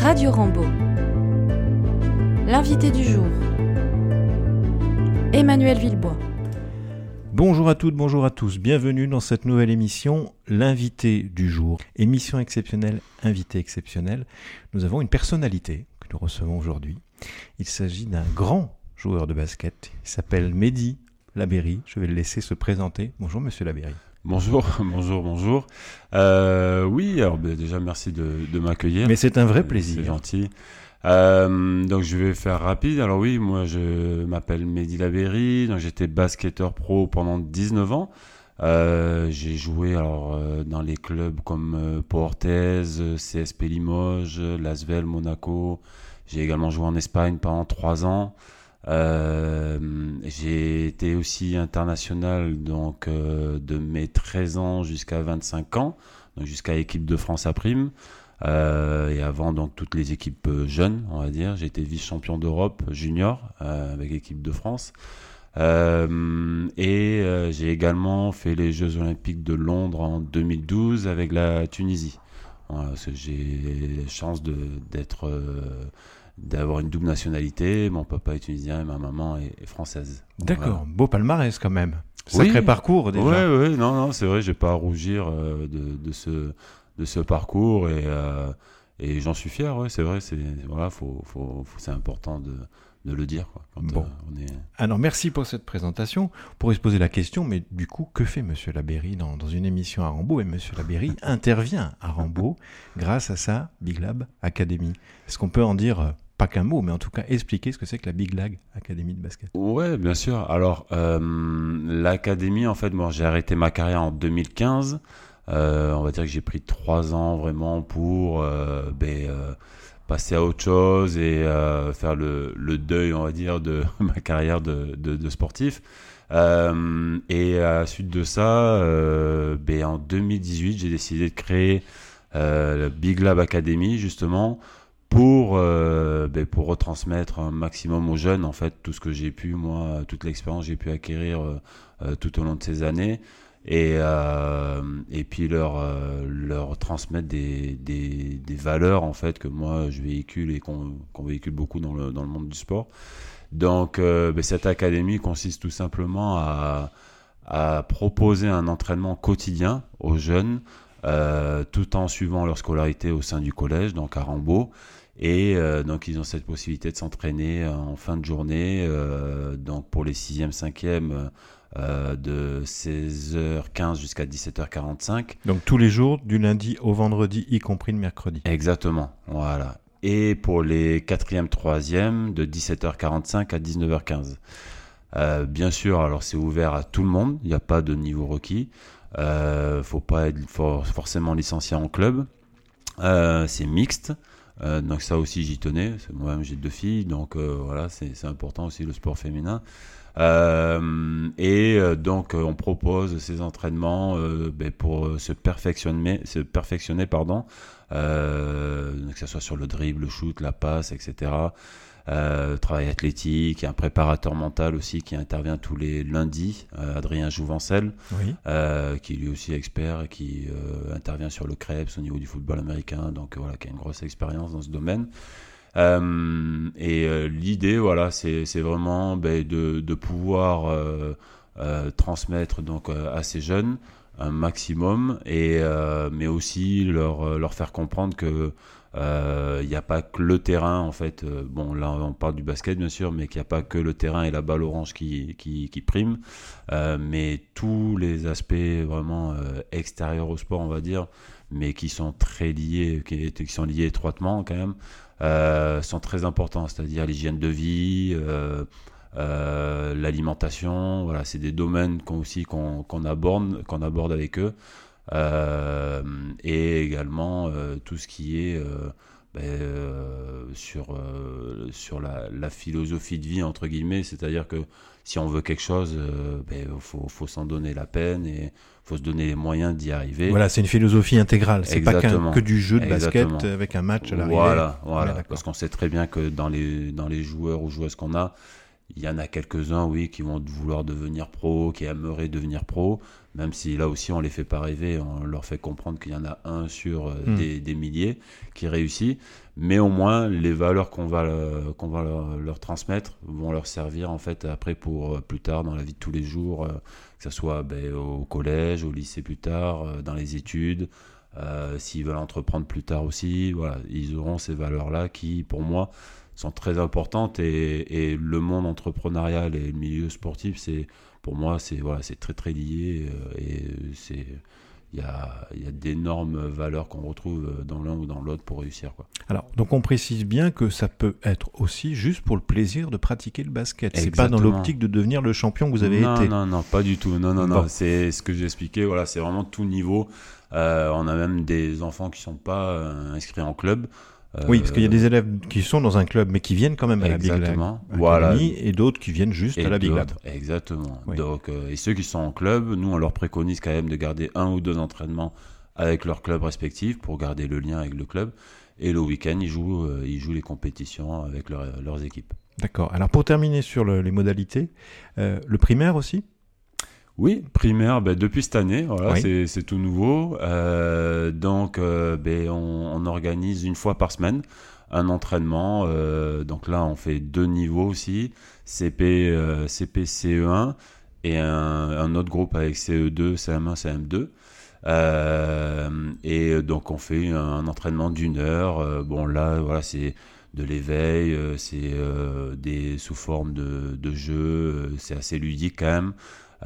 Radio Rambo. L'invité du jour, Emmanuel Villebois. Bonjour à toutes, bonjour à tous. Bienvenue dans cette nouvelle émission, l'invité du jour. Émission exceptionnelle, invité exceptionnel. Nous avons une personnalité que nous recevons aujourd'hui. Il s'agit d'un grand joueur de basket. Il s'appelle Mehdi Labeyri. Je vais le laisser se présenter. Bonjour Monsieur Labeyri. Bonjour. Oui, alors déjà merci de m'accueillir. Mais c'est un vrai plaisir. C'est gentil. Donc je vais faire rapide. Alors oui, moi je m'appelle Mehdi Labeyri. Donc j'étais basketteur pro pendant 19 ans. J'ai joué dans les clubs comme Pau Orthez, CSP Limoges, Lasvel, Monaco. J'ai également joué en Espagne pendant 3 ans. J'ai été aussi international donc de mes 13 ans jusqu'à 25 ans, donc jusqu'à équipe de France à prime. Et avant donc toutes les équipes jeunes, on va dire. J'ai été vice-champion d'Europe junior avec l'équipe de France. J'ai également fait les Jeux Olympiques de Londres en 2012 avec la Tunisie. Voilà, parce que j'ai la chance d'avoir une double nationalité. Mon papa est tunisien et ma maman est française. D'accord, Voilà. beau palmarès quand même. Sacré parcours déjà. Oui, non, c'est vrai, j'ai pas à rougir de ce parcours et j'en suis fier. Ouais, c'est vrai, c'est important de le dire. Quoi, quand on est... Alors merci pour cette présentation. On pourrait se poser la question, mais du coup, que fait Monsieur Labeyri dans une émission à Rambo? Et Monsieur Labeyri intervient à Rambo grâce à sa Big Lab Academy. Est-ce qu'on peut en dire pas qu'un mot, mais en tout cas expliquer ce que c'est que la Big Lab Academy de basket? Ouais, bien sûr. Alors, l'académie, en fait, moi, j'ai arrêté ma carrière en 2015. On va dire que j'ai pris 3 ans vraiment pour passer à autre chose et faire le deuil, on va dire, de ma carrière de sportif. Et à la suite de ça, en 2018, j'ai décidé de créer la Big Lab Academy, justement, pour retransmettre un maximum aux jeunes, en fait, tout ce que j'ai pu, moi, toute l'expérience que j'ai pu acquérir tout au long de ces années. Et puis leur transmettre des valeurs, en fait, que moi je véhicule et qu'on véhicule beaucoup dans le monde du sport. Donc cette académie consiste tout simplement à proposer un entraînement quotidien aux jeunes, tout en suivant leur scolarité au sein du collège, donc à Rambo. Et donc ils ont cette possibilité de s'entraîner en fin de journée, donc pour les 6e, 5e, de 16h15 jusqu'à 17h45. Donc tous les jours, du lundi au vendredi, y compris le mercredi. Exactement, voilà. Et pour les 4e, 3e, de 17h45 à 19h15. Bien sûr, alors c'est ouvert à tout le monde, il n'y a pas de niveau requis. Faut pas être forcément licencié en club. C'est mixte. Donc ça aussi j'y tenais, moi-même j'ai 2 filles, donc voilà, c'est important aussi le sport féminin. Donc on propose ces entraînements pour se perfectionner, que ce soit sur le dribble, le shoot, la passe, etc. Travail athlétique, un préparateur mental aussi qui intervient tous les lundis, Adrien Jouvencel, oui. Qui est lui aussi expert et qui intervient sur le Krebs au niveau du football américain, donc voilà, qui a une grosse expérience dans ce domaine. L'idée, voilà, c'est vraiment de pouvoir transmettre donc à ces jeunes un maximum mais aussi leur faire comprendre que il n'y a pas que le terrain, en fait. Bon, là on parle du basket bien sûr, mais qu'il n'y a pas que le terrain et la balle orange qui priment, mais tous les aspects vraiment extérieurs au sport, on va dire, mais qui sont très liés, qui sont liés étroitement quand même, sont très importants, c'est-à-dire l'hygiène de vie, l'alimentation. Voilà, c'est des domaines qu'on aborde avec eux. Et également tout ce qui est sur la philosophie de vie, entre guillemets, c'est-à-dire que si on veut quelque chose, faut s'en donner la peine et faut se donner les moyens d'y arriver. Voilà, c'est une philosophie intégrale, c'est Exactement. Pas que du jeu de basket avec un match à l'arrivée. Voilà, parce qu'on sait très bien que dans les joueurs ou joueuses qu'on a, Il y en a quelques-uns, oui, qui vont vouloir devenir pro, qui aimeraient devenir pro, même si là aussi on les fait pas rêver, on leur fait comprendre qu'il y en a un sur des milliers qui réussit, mais au moins les valeurs qu'on va leur transmettre vont leur servir en fait après pour plus tard dans la vie de tous les jours, que ce soit au collège, au lycée plus tard, dans les études, s'ils veulent entreprendre plus tard aussi, voilà, ils auront ces valeurs-là qui, pour moi, sont très importantes et le monde entrepreneurial et le milieu sportif, pour moi, c'est très très lié et il y a d'énormes valeurs qu'on retrouve dans l'un ou dans l'autre pour réussir, quoi. Alors, donc on précise bien que ça peut être aussi juste pour le plaisir de pratiquer le basket. Exactement. C'est pas dans l'optique de devenir le champion que vous avez été. Non, pas du tout. Non. C'est ce que j'ai expliqué. Voilà, c'est vraiment tout niveau. On a même des enfants qui sont pas inscrits en club. Oui, parce qu'il y a des élèves qui sont dans un club, mais qui viennent quand même à la Big Lab Academy, voilà. Et d'autres qui viennent juste à la Big Lab. Exactement. Oui. Donc, et ceux qui sont en club, nous, on leur préconise quand même de garder 1 ou 2 entraînements avec leur club respectif pour garder le lien avec le club. Et le week-end, ils jouent les compétitions avec leurs équipes. D'accord. Alors, pour terminer sur les modalités, le primaire aussi ? Oui, primaire, depuis cette année, voilà, oui. c'est tout nouveau. Donc, on organise 1 fois par semaine un entraînement. Donc là, on fait 2 niveaux aussi, CP, CE1 et un autre groupe avec CE2, CM1, CM2. Et donc, on fait un entraînement d'1 heure. Là, voilà, c'est de l'éveil, c'est sous forme de jeu, c'est assez ludique quand même.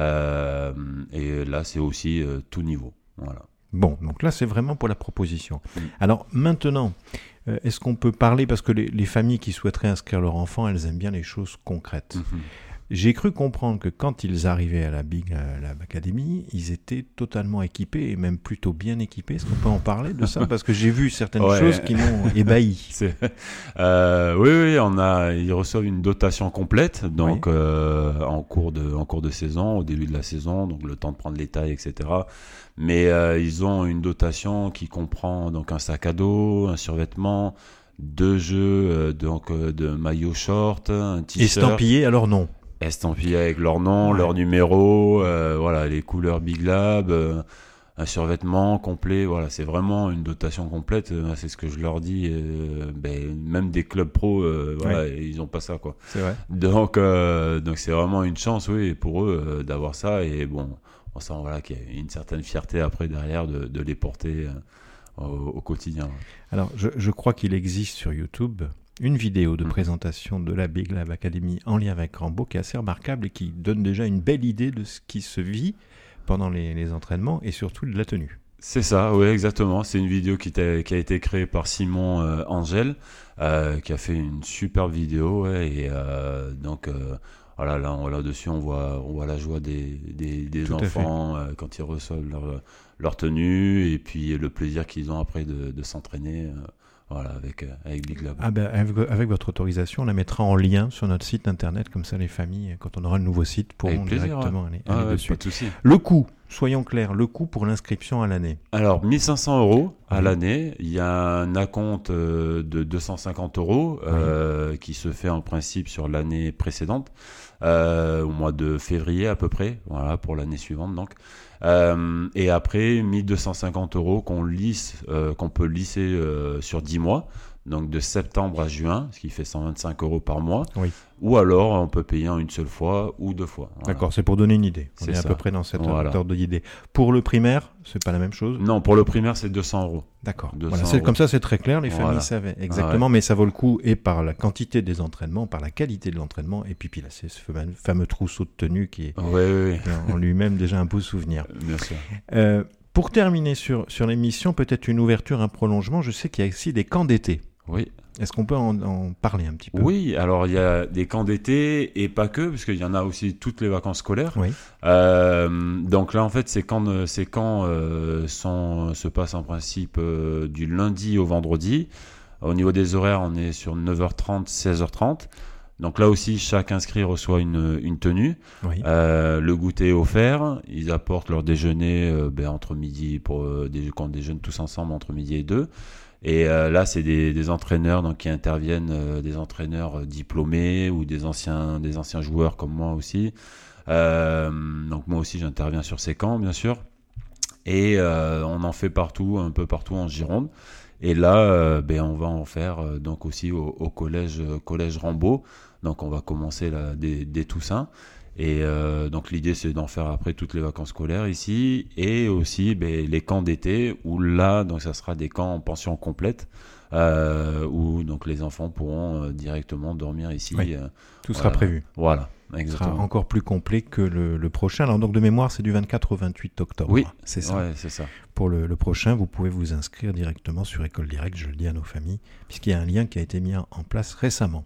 Et là, c'est aussi tout niveau. Voilà. Bon, donc là, c'est vraiment pour la proposition. Alors maintenant, est-ce qu'on peut parler, parce que les familles qui souhaiteraient inscrire leur enfant, elles aiment bien les choses concrètes. J'ai cru comprendre que quand ils arrivaient à la Big Lab Academy, ils étaient totalement équipés et même plutôt bien équipés. Est-ce qu'on peut en parler de ça ? Parce que j'ai vu certaines choses qui m'ont ébahi. Oui, ils reçoivent une dotation complète, donc en cours de saison, au début de la saison, donc le temps de prendre les tailles, etc. Mais ils ont une dotation qui comprend donc un sac à dos, un survêtement, 2 jeux de maillot short, un t-shirt. Estampillé à leur nom. Estampillés avec leur nom, leur numéro, les couleurs Big Lab, un survêtement complet. Voilà, c'est vraiment une dotation complète. C'est ce que je leur dis. Même des clubs pro, ils ont pas ça, quoi. C'est vrai. Donc c'est vraiment une chance, oui, pour eux d'avoir ça. Et bon, on sent qu'il y a une certaine fierté après derrière de les porter au quotidien. Alors, je crois qu'il existe sur YouTube une vidéo de présentation de la Big Lab Academy en lien avec Rambo qui est assez remarquable et qui donne déjà une belle idée de ce qui se vit pendant les entraînements et surtout de la tenue. C'est ça, oui, exactement. C'est une vidéo qui a été créée par Simon Angel, qui a fait une superbe vidéo. Là-dessus, on voit la joie des enfants quand ils reçoivent leur tenue et puis le plaisir qu'ils ont après de s'entraîner. Avec Big Lab. Avec votre autorisation, on la mettra en lien sur notre site internet, comme ça les familles, quand on aura le nouveau site, pourront directement aller dessus. Pas de souci. Le coût, soyons clairs, le coût pour l'inscription à l'année. Alors, 1 500 € à l'année. Il y a un acompte de 250 € qui se fait en principe sur l'année précédente, au mois de février à peu près, pour l'année suivante donc. Et après 1 250 € qu'on peut lisser sur 10 mois, donc de septembre à juin, ce qui fait 125 € par mois. Oui. Ou alors on peut payer en une seule fois ou 2 fois. Voilà. D'accord, c'est pour donner une idée. On est à peu près dans cette ordre d'idée. Pour le primaire, c'est pas la même chose ? Non, pour le primaire c'est 200 €. D'accord. Comme ça c'est très clair, les familles savaient exactement, mais ça vaut le coup et par la quantité des entraînements, par la qualité de l'entraînement, et puis là c'est ce fameux trousseau de tenue qui est en lui-même déjà un beau souvenir. Bien sûr. Pour terminer sur l'émission, peut-être une ouverture, un prolongement, je sais qu'il y a aussi des camps d'été. Oui. Est-ce qu'on peut en parler un petit peu ? Oui, alors il y a des camps d'été et pas que, parce qu'il y en a aussi toutes les vacances scolaires. Oui. Donc là, en fait, ces camps se passent en principe du lundi au vendredi. Au niveau des horaires, on est sur 9h30, 16h30. Donc là aussi, chaque inscrit reçoit une tenue. Oui. Le goûter est offert. Ils apportent leur déjeuner entre midi quand on déjeune tous ensemble entre midi et 2. Et là, c'est des entraîneurs donc qui interviennent, des entraîneurs diplômés ou des anciens joueurs comme moi aussi. Donc moi aussi, j'interviens sur ces camps, bien sûr. Et on en fait un peu partout en Gironde. Et là, on va en faire donc aussi au collège Rambaud. Donc on va commencer là, dès Toussaint. Et donc l'idée, c'est d'en faire après toutes les vacances scolaires ici. Et aussi les camps d'été, où là, donc ça sera des camps en pension complète, où donc les enfants pourront directement dormir ici. Oui, tout sera prévu. Voilà, exactement. Ce sera encore plus complet que le prochain. Alors donc de mémoire, c'est du 24 au 28 octobre. Oui, c'est ça. Ouais, c'est ça. Pour le prochain, vous pouvez vous inscrire directement sur École Directe, je le dis à nos familles, puisqu'il y a un lien qui a été mis en place récemment.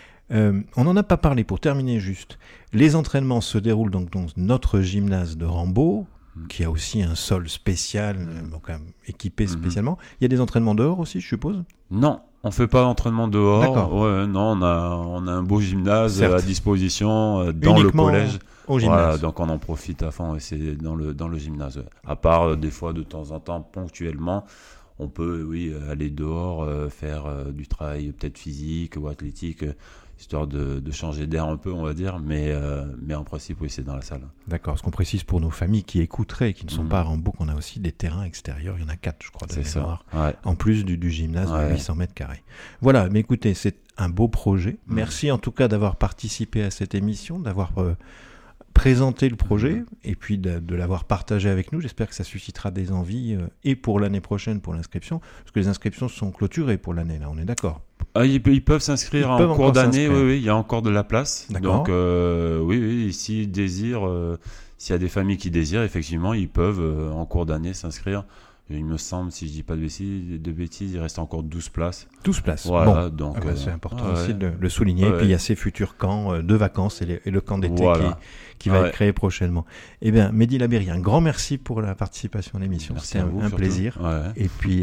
On n'en a pas parlé, pour terminer juste. Les entraînements se déroulent donc dans notre gymnase de Rambaud, qui a aussi un sol spécial, donc équipé spécialement. Il y a des entraînements dehors aussi, je suppose ? Non, on fait pas d'entraînement dehors. D'accord. Ouais, non, on a un beau gymnase Certes. à disposition dans uniquement le collège. Au gymnase. Voilà, donc on en profite à fond, et c'est dans le gymnase. Ouais. À part des fois, de temps en temps, ponctuellement, on peut aller dehors, faire du travail peut-être physique ou athlétique, histoire de changer d'air un peu, on va dire, mais en principe, oui, c'est dans la salle. D'accord, ce qu'on précise pour nos familles qui écouteraient et qui ne sont pas à Rambaud, qu'on a aussi des terrains extérieurs, il y en a 4, je crois, de mémoire, en plus du gymnase de 800 mètres carrés. Voilà, mais écoutez, c'est un beau projet. Merci en tout cas d'avoir participé à cette émission, d'avoir présenté le projet et puis de l'avoir partagé avec nous. J'espère que ça suscitera des envies et pour l'année prochaine pour l'inscription, parce que les inscriptions sont clôturées pour l'année, là, on est d'accord. Ils peuvent s'inscrire en cours d'année, oui, il y a encore de la place. D'accord. Donc oui, s'ils désirent, s'il y a des familles qui désirent, effectivement, ils peuvent en cours d'année s'inscrire. Il me semble, si je dis pas de bêtises, il reste encore 12 places. 12 places. Voilà, bon, donc c'est important aussi de le souligner. Et puis il y a ces futurs camps de vacances et le camp d'été qui va être créé prochainement. Eh bien, Mehdi Labéry, un grand merci pour la participation à l'émission. C'était un plaisir. Et puis,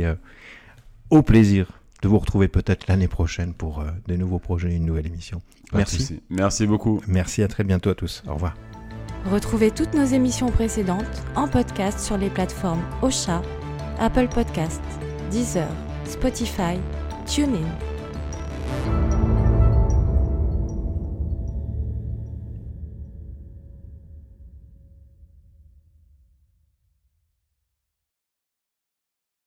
au plaisir de vous retrouver peut-être l'année prochaine pour des nouveaux projets et une nouvelle émission. Merci. Merci beaucoup. Merci, à très bientôt à tous. Au revoir. Retrouvez toutes nos émissions précédentes en podcast sur les plateformes Ocha, Apple Podcasts, Deezer, Spotify, TuneIn.